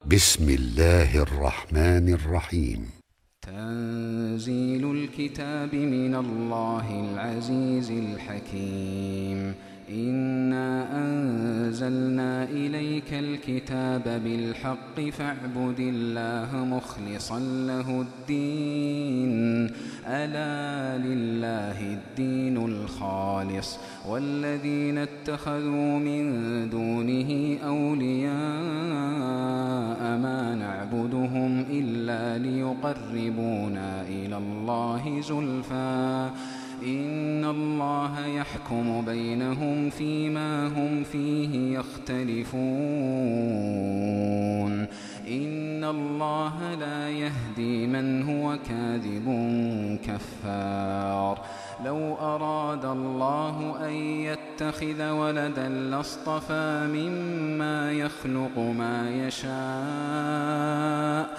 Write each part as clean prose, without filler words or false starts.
بسم الله الرحمن الرحيم. تنزيل الكتاب من الله العزيز الحكيم. إنا أنزلنا إليك الكتاب بالحق فاعبد الله مخلصا له الدين. ألا لله الدين الخالص والذين اتخذوا من دونه أولياء ما نعبدهم إلا ليقربونا إلى الله زلفى إن الله يحكم بينهم فيما هم فيه يختلفون. إن الله لا يهدي من هو كاذب كفار. لو أراد الله أن يتخذ ولدا لاصطفى مما يخلق ما يشاء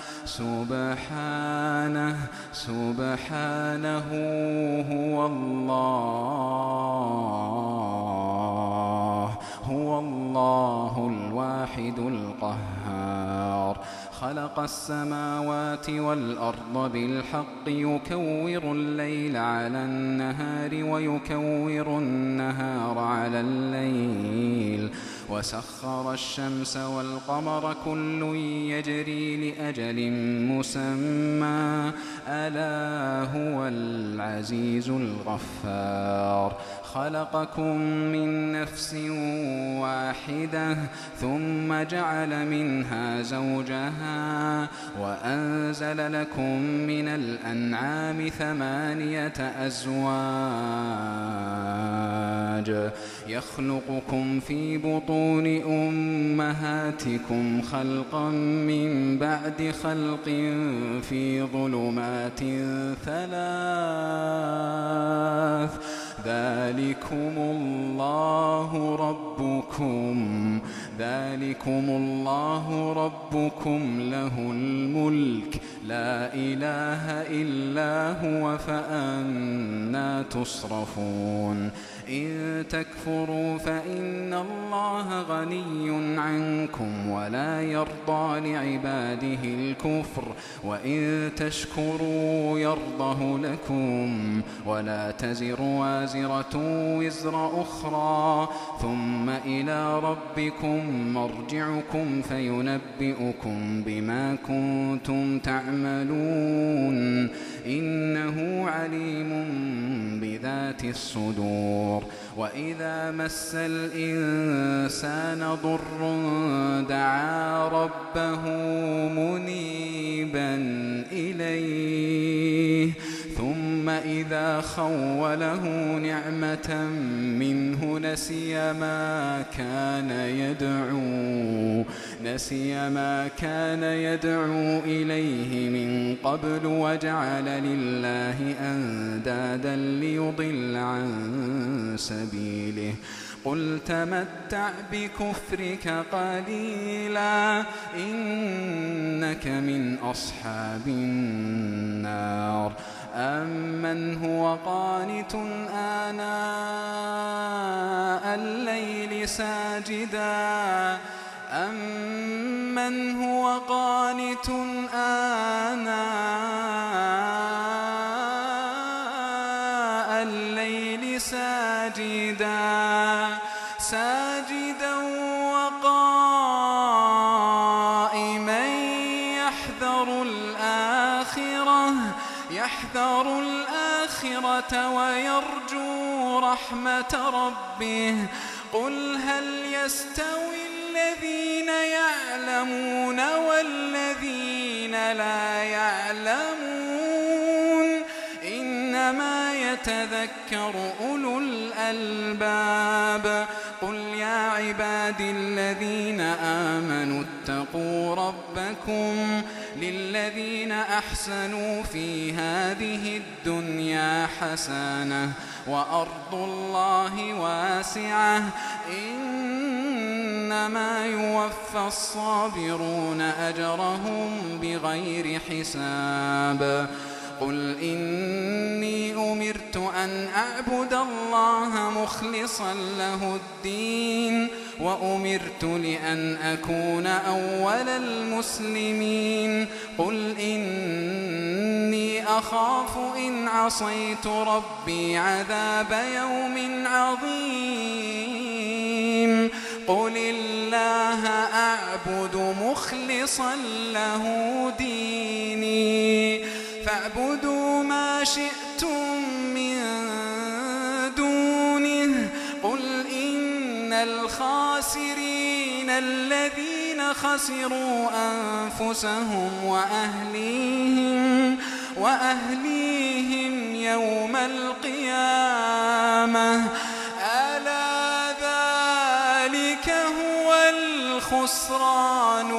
سبحانه هو الله الواحد القهار. خلق السماوات والأرض بالحق يكور الليل على النهار ويكور النهار على الليل وسخر الشمس والقمر كل يجري لأجل مسمى ألا هو العزيز الغفار. خلقكم من نفس واحدة ثم جعل منها زوجها وأنزل لكم من الأنعام 8 أزواج يخلقكم في بطون أمهاتكم خلقا من بعد خلق في ظلمات 3 ذلكم الله ربكم له الملك لا إله إلا هو فأنى تصرفون. إن تكفروا فإن الله غني عنكم ولا يرضى لعباده الكفر وإن تشكروا يرضه لكم ولا تزر وازرة وزر أخرى ثم إلى ربكم مرجعكم فينبئكم بما كنتم تعملون إنه عليم بذات الصدور. وإذا مس الإنسان ضر دعا ربه منيبا إليه ثم إذا خوله نعمة منه نسي ما كان يدعو إليه من قبل وجعل لله أندادا ليضل عن سبيله. قل تمتع بكفرك قليلا إنك من أصحاب النار. أمن هو قانت آناء الليل ساجدا ساجدا وقائما يحذر الآخرة ويرجو رحمة ربه. قل هل يستوي الذين يعلمون والذين لا يعلمون إنما يتذكر أولو الألباب. قل يا عبادي الذين آمنوا اتقوا ربكم للذين أحسنوا في هذه الدنيا حسنة وأرض الله واسعة إنما يوفى الصابرون أجرهم بغير حساب. قل إني أمرت أن أعبد الله مخلصا له الدين وأمرت لأن أكون أول المسلمين قل إني أخاف إن عصيت ربي عذاب يوم عظيم قل الله أعبد مخلصا له ديني فاعبدوا ما شئتم من دونه قل إن الخاسرين الذين خسروا أنفسهم وأهليهم يوم القيامة ألا ذلك هو الخسران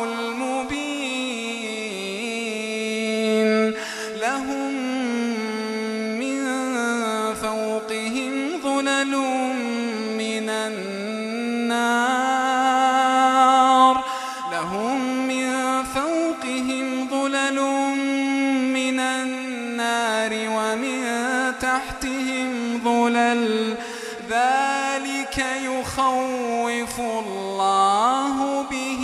المبين لهم من فوقهم ظلل من النار ومن تحتهم ظلل ذلك يخوف الله به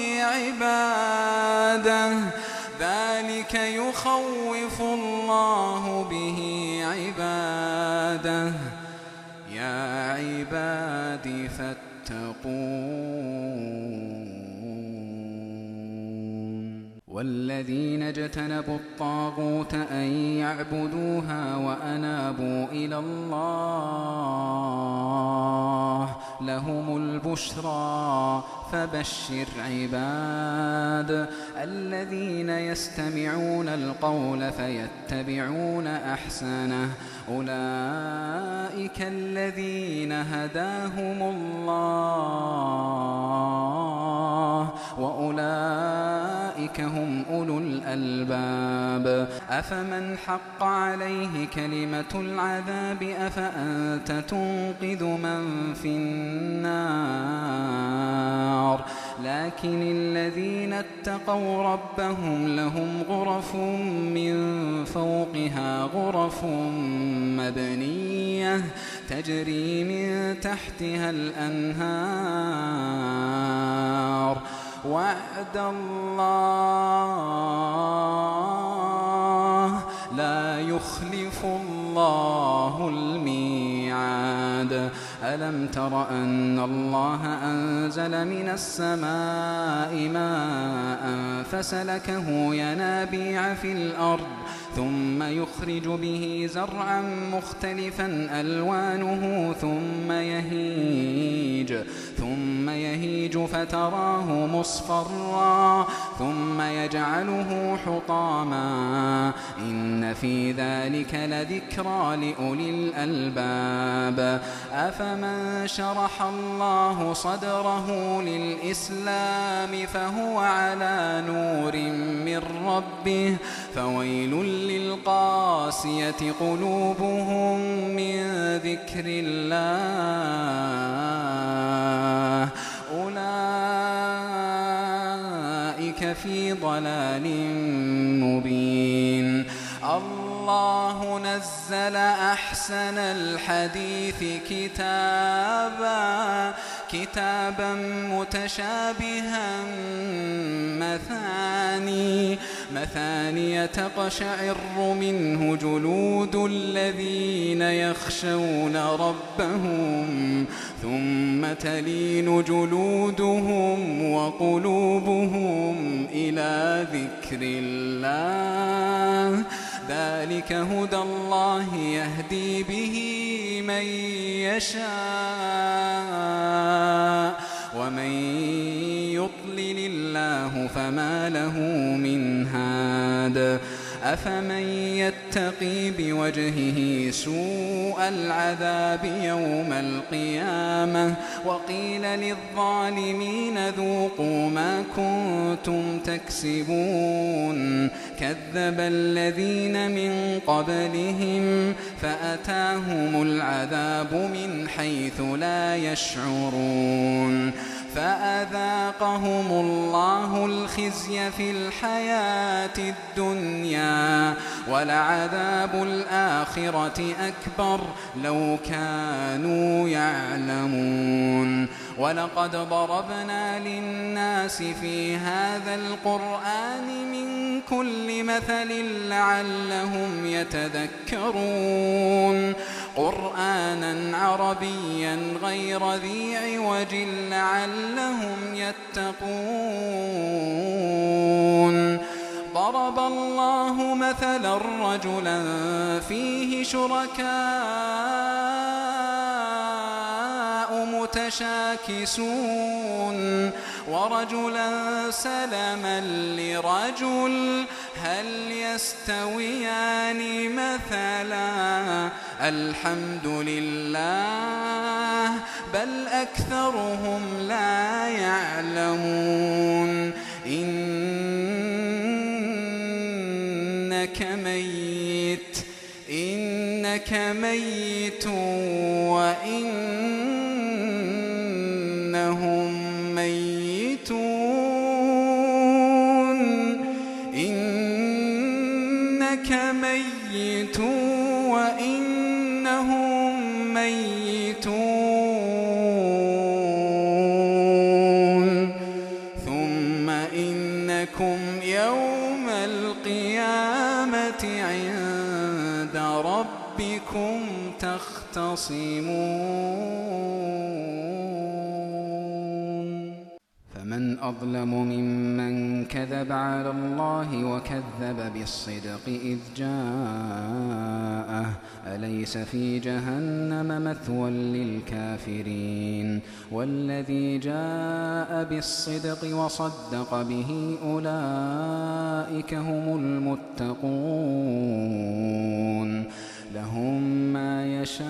عباده يا عبادي فاتقون والذين اجتنبوا الطاغوت أن يعبدوها وأنابوا إلى الله لهم البشرى فبشر عباد الذين يستمعون القول فيتبعون أحسنه أولئك الذين هداهم الله وأولئك هم أولو الألباب أفمن حق عليه كلمة العذاب أفأنت تنقذ من في النار لكن الذين اتقوا ربهم لهم غرف من فوقها غرف مبنية تجري من تحتها الأنهار وعد الله لا يخلف الله الميعاد ألم تر أن الله أنزل من السماء ماء فسلكه ينابيع في الأرض ثم يخرج به زرعا مختلفا ألوانه ثم يهيج فتراه مصفرا ثم يجعله حطاما إن في ذلك لذكرى لأولي الألباب أفمن شرح الله صدره للإسلام فهو على نور من ربه فويل للقاسية قلوبهم من ذكر الله أولئك في ضلال مبين الله نزل أحسن الحديث كتابا متشابها مثاني تقشعر منه جلود الذين يخشون ربهم ثم تلين جلودهم وقلوبهم إلى ذكر الله ذلك هدى الله يهدي به من يشاء ومن يضلل الله فما له من هاد أفمن يتقي بوجهه سوء العذاب يوم القيامة وقيل للظالمين ذوقوا ما كنتم تكسبون كذب الذين من قبلهم فأتاهم العذاب من حيث لا يشعرون فأذاقهم الله الخزي في الحياة الدنيا ولعذاب الآخرة أكبر لو كانوا يعلمون. ولقد ضربنا للناس في هذا القرآن من كل مثل لعلهم يتذكرون قرآنا عربيا غير ذي عوج لعلهم يتقون. ضرب الله مثلا رجلا فيه شركاء متشاكسون ورجلا سلما لرجل هل يستويان مثلا الحمد لله بل أكثرهم لا يعلمون. إنك ميت وإنهم ميتون. إنك ميت وإنهم ميتون ثم إنكم يوم القيامة عند ربكم تختصمون. فمن أظلم ممن كذب على الله وكذب بالصدق إذ جاءه أليس في جهنم مثوى للكافرين والذي جاء بالصدق وصدق به أولئك هم المتقون. لهم ما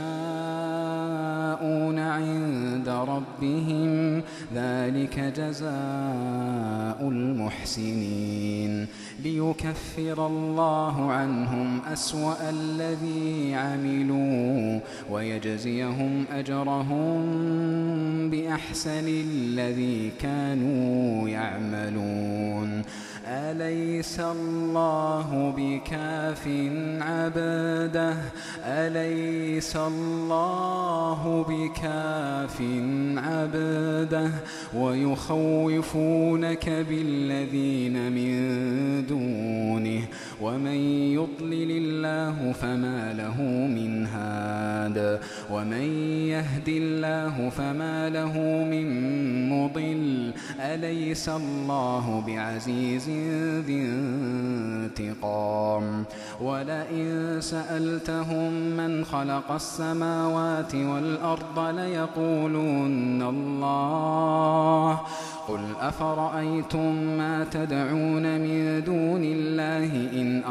يشاءون عند ربهم ذلك جزاء المحسنين ليكفر الله عنهم أسوأ الذي عملوا ويجزيهم أجرهم بأحسن الذي كانوا يعملون. أليس الله بكاف عبده أليس الله بكاف عبده ويخوفونك بالذين من دونه ومن يضلل الله فما له من هاد ومن يهد الله فما له من مضل. أليس الله بعزيز ذي انتقام. ولئن سألتهم من خلق السماوات والأرض ليقولون الله قل أفرأيتم ما تدعون من دون الله إن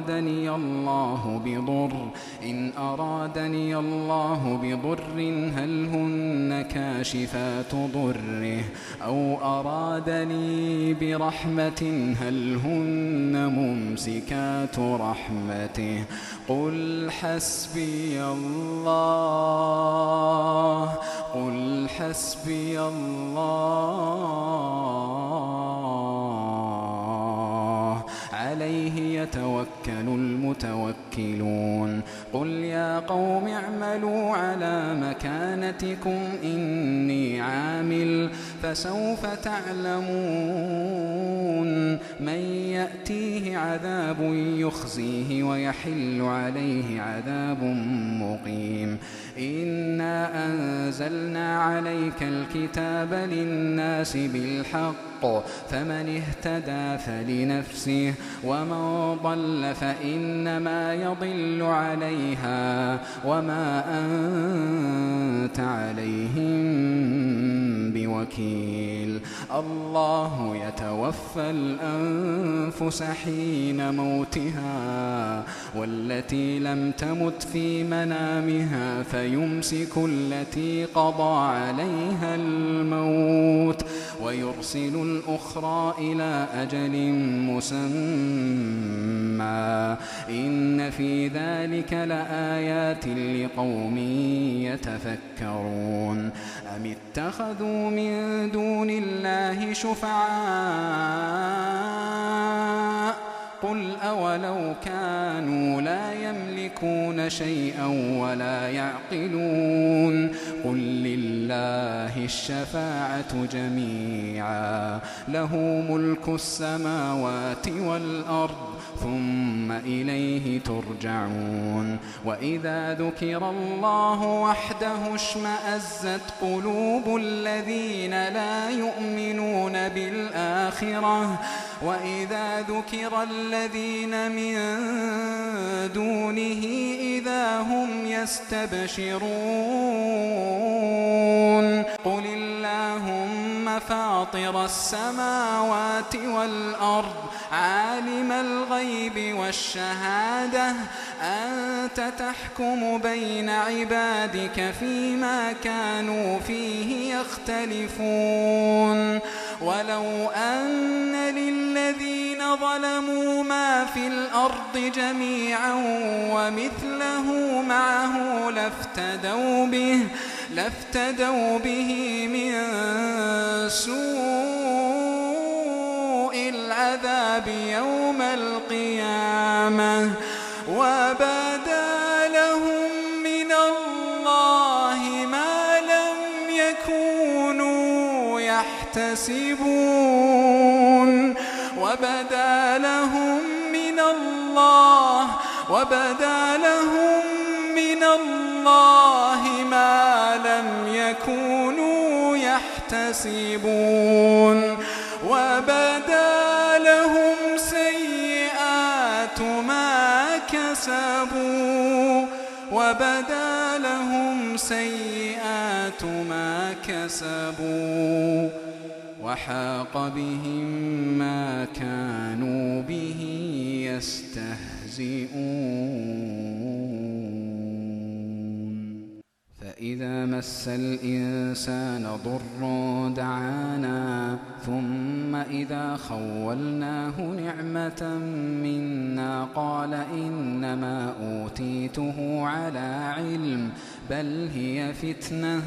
أرادني الله بضر هل هن كاشفات ضره أو أرادني برحمة هل هن ممسكات رحمته قل حسبي الله عليه يتوكل المتوكلون. قل يا قوم اعملوا على مكانتكم إني عامل فسوف تعلمون من يأتيه عذاب يخزيه ويحل عليه عذاب مقيم. إنا أنزلنا عليك الكتاب للناس بالحق فمن اهتدى فلنفسه ومن ضل فإنما يضل عليها وما أنت عليهم بوكيل. الله يتوفى الأنفس حين موتها والتي لم تمت في منامها فيمسك التي قضى عليها الموت ويرسل الأخرى إلى أجل مسمى إن في ذلك لآيات لقوم يتفكرون أم اتخذوا من دون الله شفعاء قل أولو كانوا لا يملكون شيئا ولا يعقلون قل لله الشفاعة جميعا له ملك السماوات والأرض ثم إليه ترجعون وإذا ذكر الله وحده اشمأزت قلوب الذين لا يؤمنون بالآخرة وإذا ذكر الذين من دونه إذا هم يستبشرون قل اللهم فاطر السماوات والأرض عالم الغيب والشهادة أنت تحكم بين عبادك فيما كانوا فيه يختلفون ولو أن للذين ظلموا ما في الأرض جميعا ومثله معه لافتدوا به من سوء العذاب يوم القيامة وبدا لهم من الله ما لم يكونوا يحتسبون وبدا لهم من الله ما لم يكونوا يحتسبون وبدا لهم سيئات ما كسبوا وحاق بهم ما كانوا به يستهزئون فإذا مس الإنسان ضر دعانا ثم إذا خولناه نعمة منا قال إنما أوتيته على علم بل هي فتنة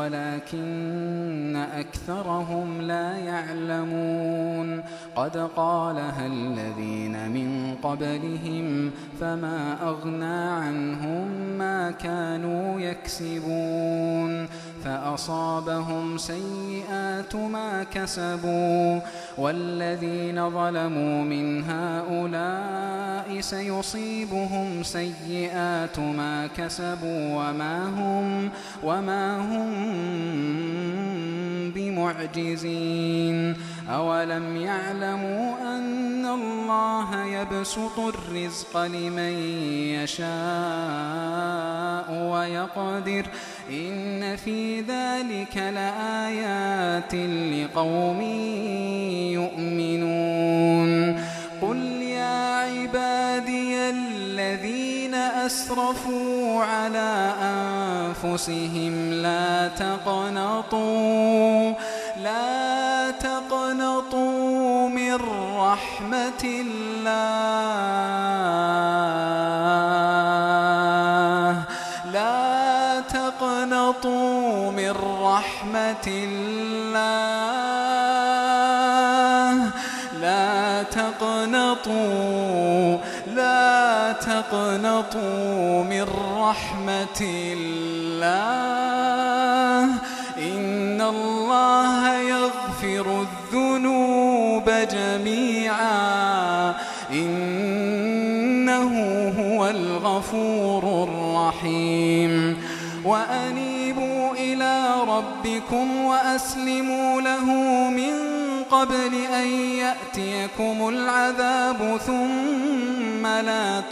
ولكن أكثرهم لا يعلمون قد قالها الذين من قبلهم فما أغنى عنهم ما كانوا يكسبون فأصابهم سيئات ما كسبوا والذين ظلموا من هؤلاء سيصيبهم سيئات ما كسبوا وما هم بمعجزين أولم يعلموا أن الله يبسط الرزق لمن يشاء ويقدر إن في ذلك لآيات لقوم يؤمنون قل يا عبادي الذين أسرفوا على أنفسهم لا تقنطوا من رحمة الله لا تقنطوا من رحمة الله لا تقنطوا من رحمة الله إن الله يغفر الذنوب جميعا إنه هو الغفور الرحيم وأنيبوا إلى ربكم وأسلموا له من قبل أن يأتيكم العذاب ثم لا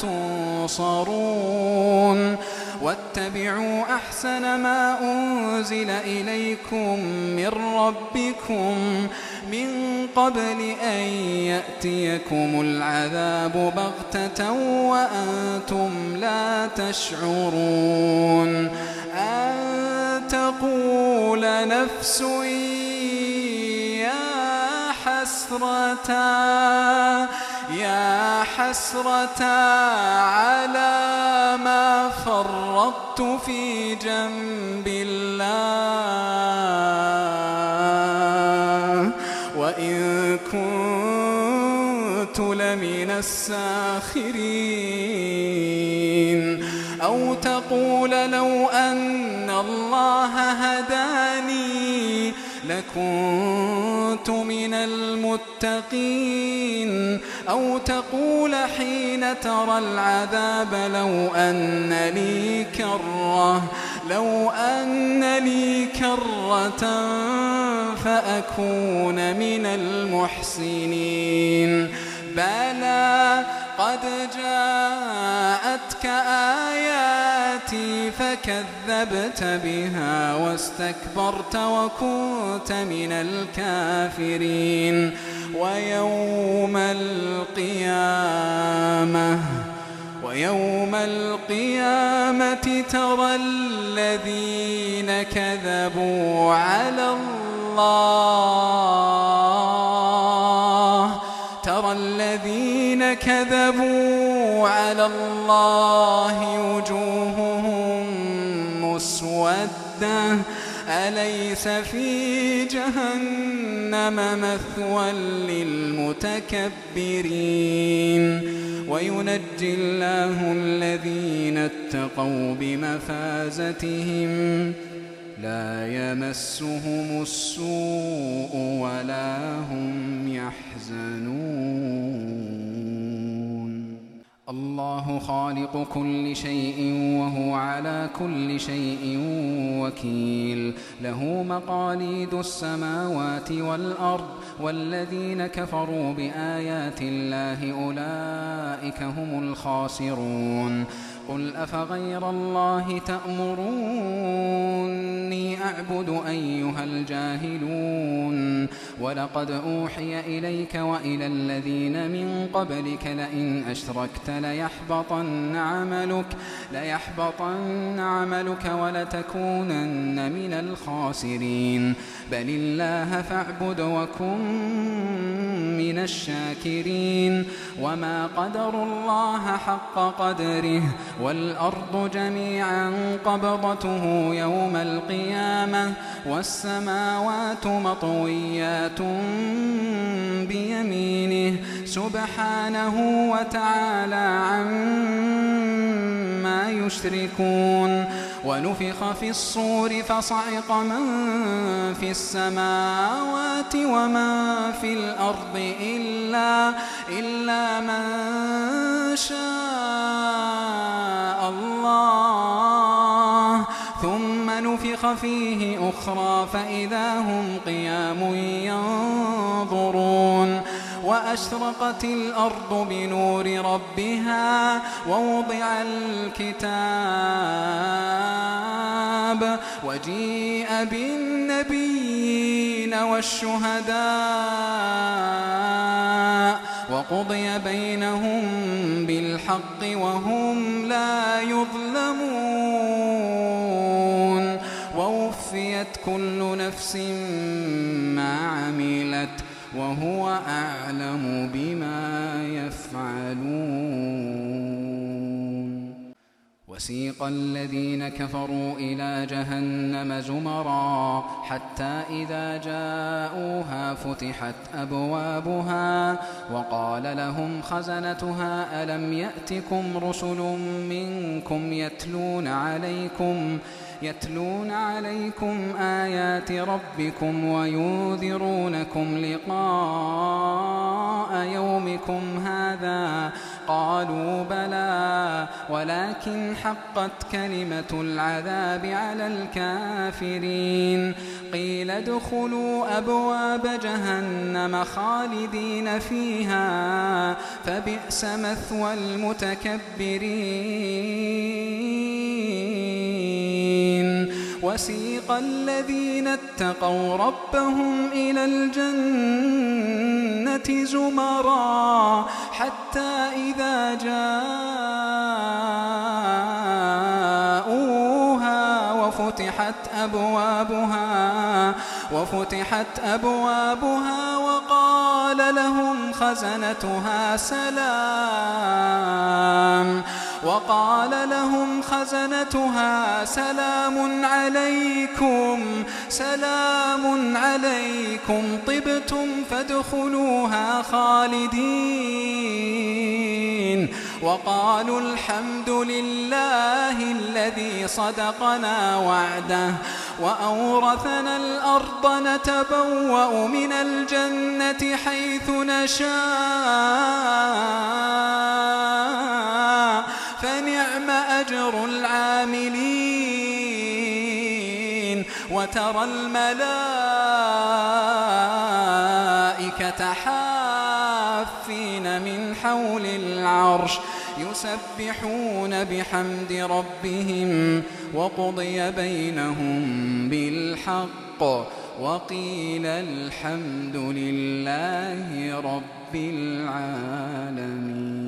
تنصرون واتبعوا أحسن ما أنزل إليكم من ربكم من قبل أن يأتيكم العذاب بغتة وأنتم لا تشعرون أن تقول نفس يا حسرة على ما فرطت في جنب الله وإن كنت لمن الساخرين. أو تقول لو أن الله هداني لكنت من المتقين. أو تقول حين ترى العذاب لو أن لي كرة فأكون من المحسنين. بلى قد جاءتك آياتي فكذبت بها واستكبرت وكنت من الكافرين. ويوم القيامة ترى الذين كذبوا على الله وجوههم مسودة أليس في جهنم مثوى للمتكبرين. وينجي الله الذين اتقوا بمفازتهم لا يمسهم السوء ولا هم يحزنون. الله خالق كل شيء وهو على كل شيء وكيل. له مقاليد السماوات والأرض والذين كفروا بآيات الله أولئك هم الخاسرون. قل أفغير الله تأمروني أعبد أيها الجاهلون. ولقد أوحي إليك وإلى الذين من قبلك لئن أشركت ليحبطن عملك ولتكونن من الخاسرين. بل الله فاعبد وكن من الشاكرين. وما قدروا الله حق قدره والأرض جميعا قبضته يوم القيامة والسماوات مطويات بيمينه سبحانه وتعالى عما يشركون. ونفخ في الصور فصعق من في السماوات ومن في الأرض إلا من شاء الله ثم نفخ فيه أخرى فإذا هم قيام ينظرون. وأشرقت الأرض بنور ربها ووضع الكتاب وجيء بالنبيين والشهداء وقضي بينهم بالحق وهم لا يظلمون. ووفيت كل نفس ما عملت وهو أعلم بما يفعلون. وسيق الذين كفروا إلى جهنم زمرا حتى إذا جاءوها فتحت أبوابها وقال لهم خزنتها ألم يأتكم رسل منكم يتلون عليكم آيات ربكم وينذرونكم لقاء يومكم هذا قالوا بلى ولكن حقت كلمة العذاب على الكافرين. قيل ادخلوا أبواب جهنم خالدين فيها فبئس مثوى المتكبرين. وسيق الذين اتقوا ربهم إلى الجنة زمرا حتى إذا جاءوها وفتحت أبوابها وقال لهم خزنتها سلام عليكم طبتم فادخلوها خالدين. وقالوا الحمد لله الذي صدقنا وعده وأورثنا الأرض نتبوأ من الجنة حيث نشاء فنعم أجر العاملين. وترى الملائكة حافين من حول العرش يسبحون بحمد ربهم وقضي بينهم بالحق وقيل الحمد لله رب العالمين.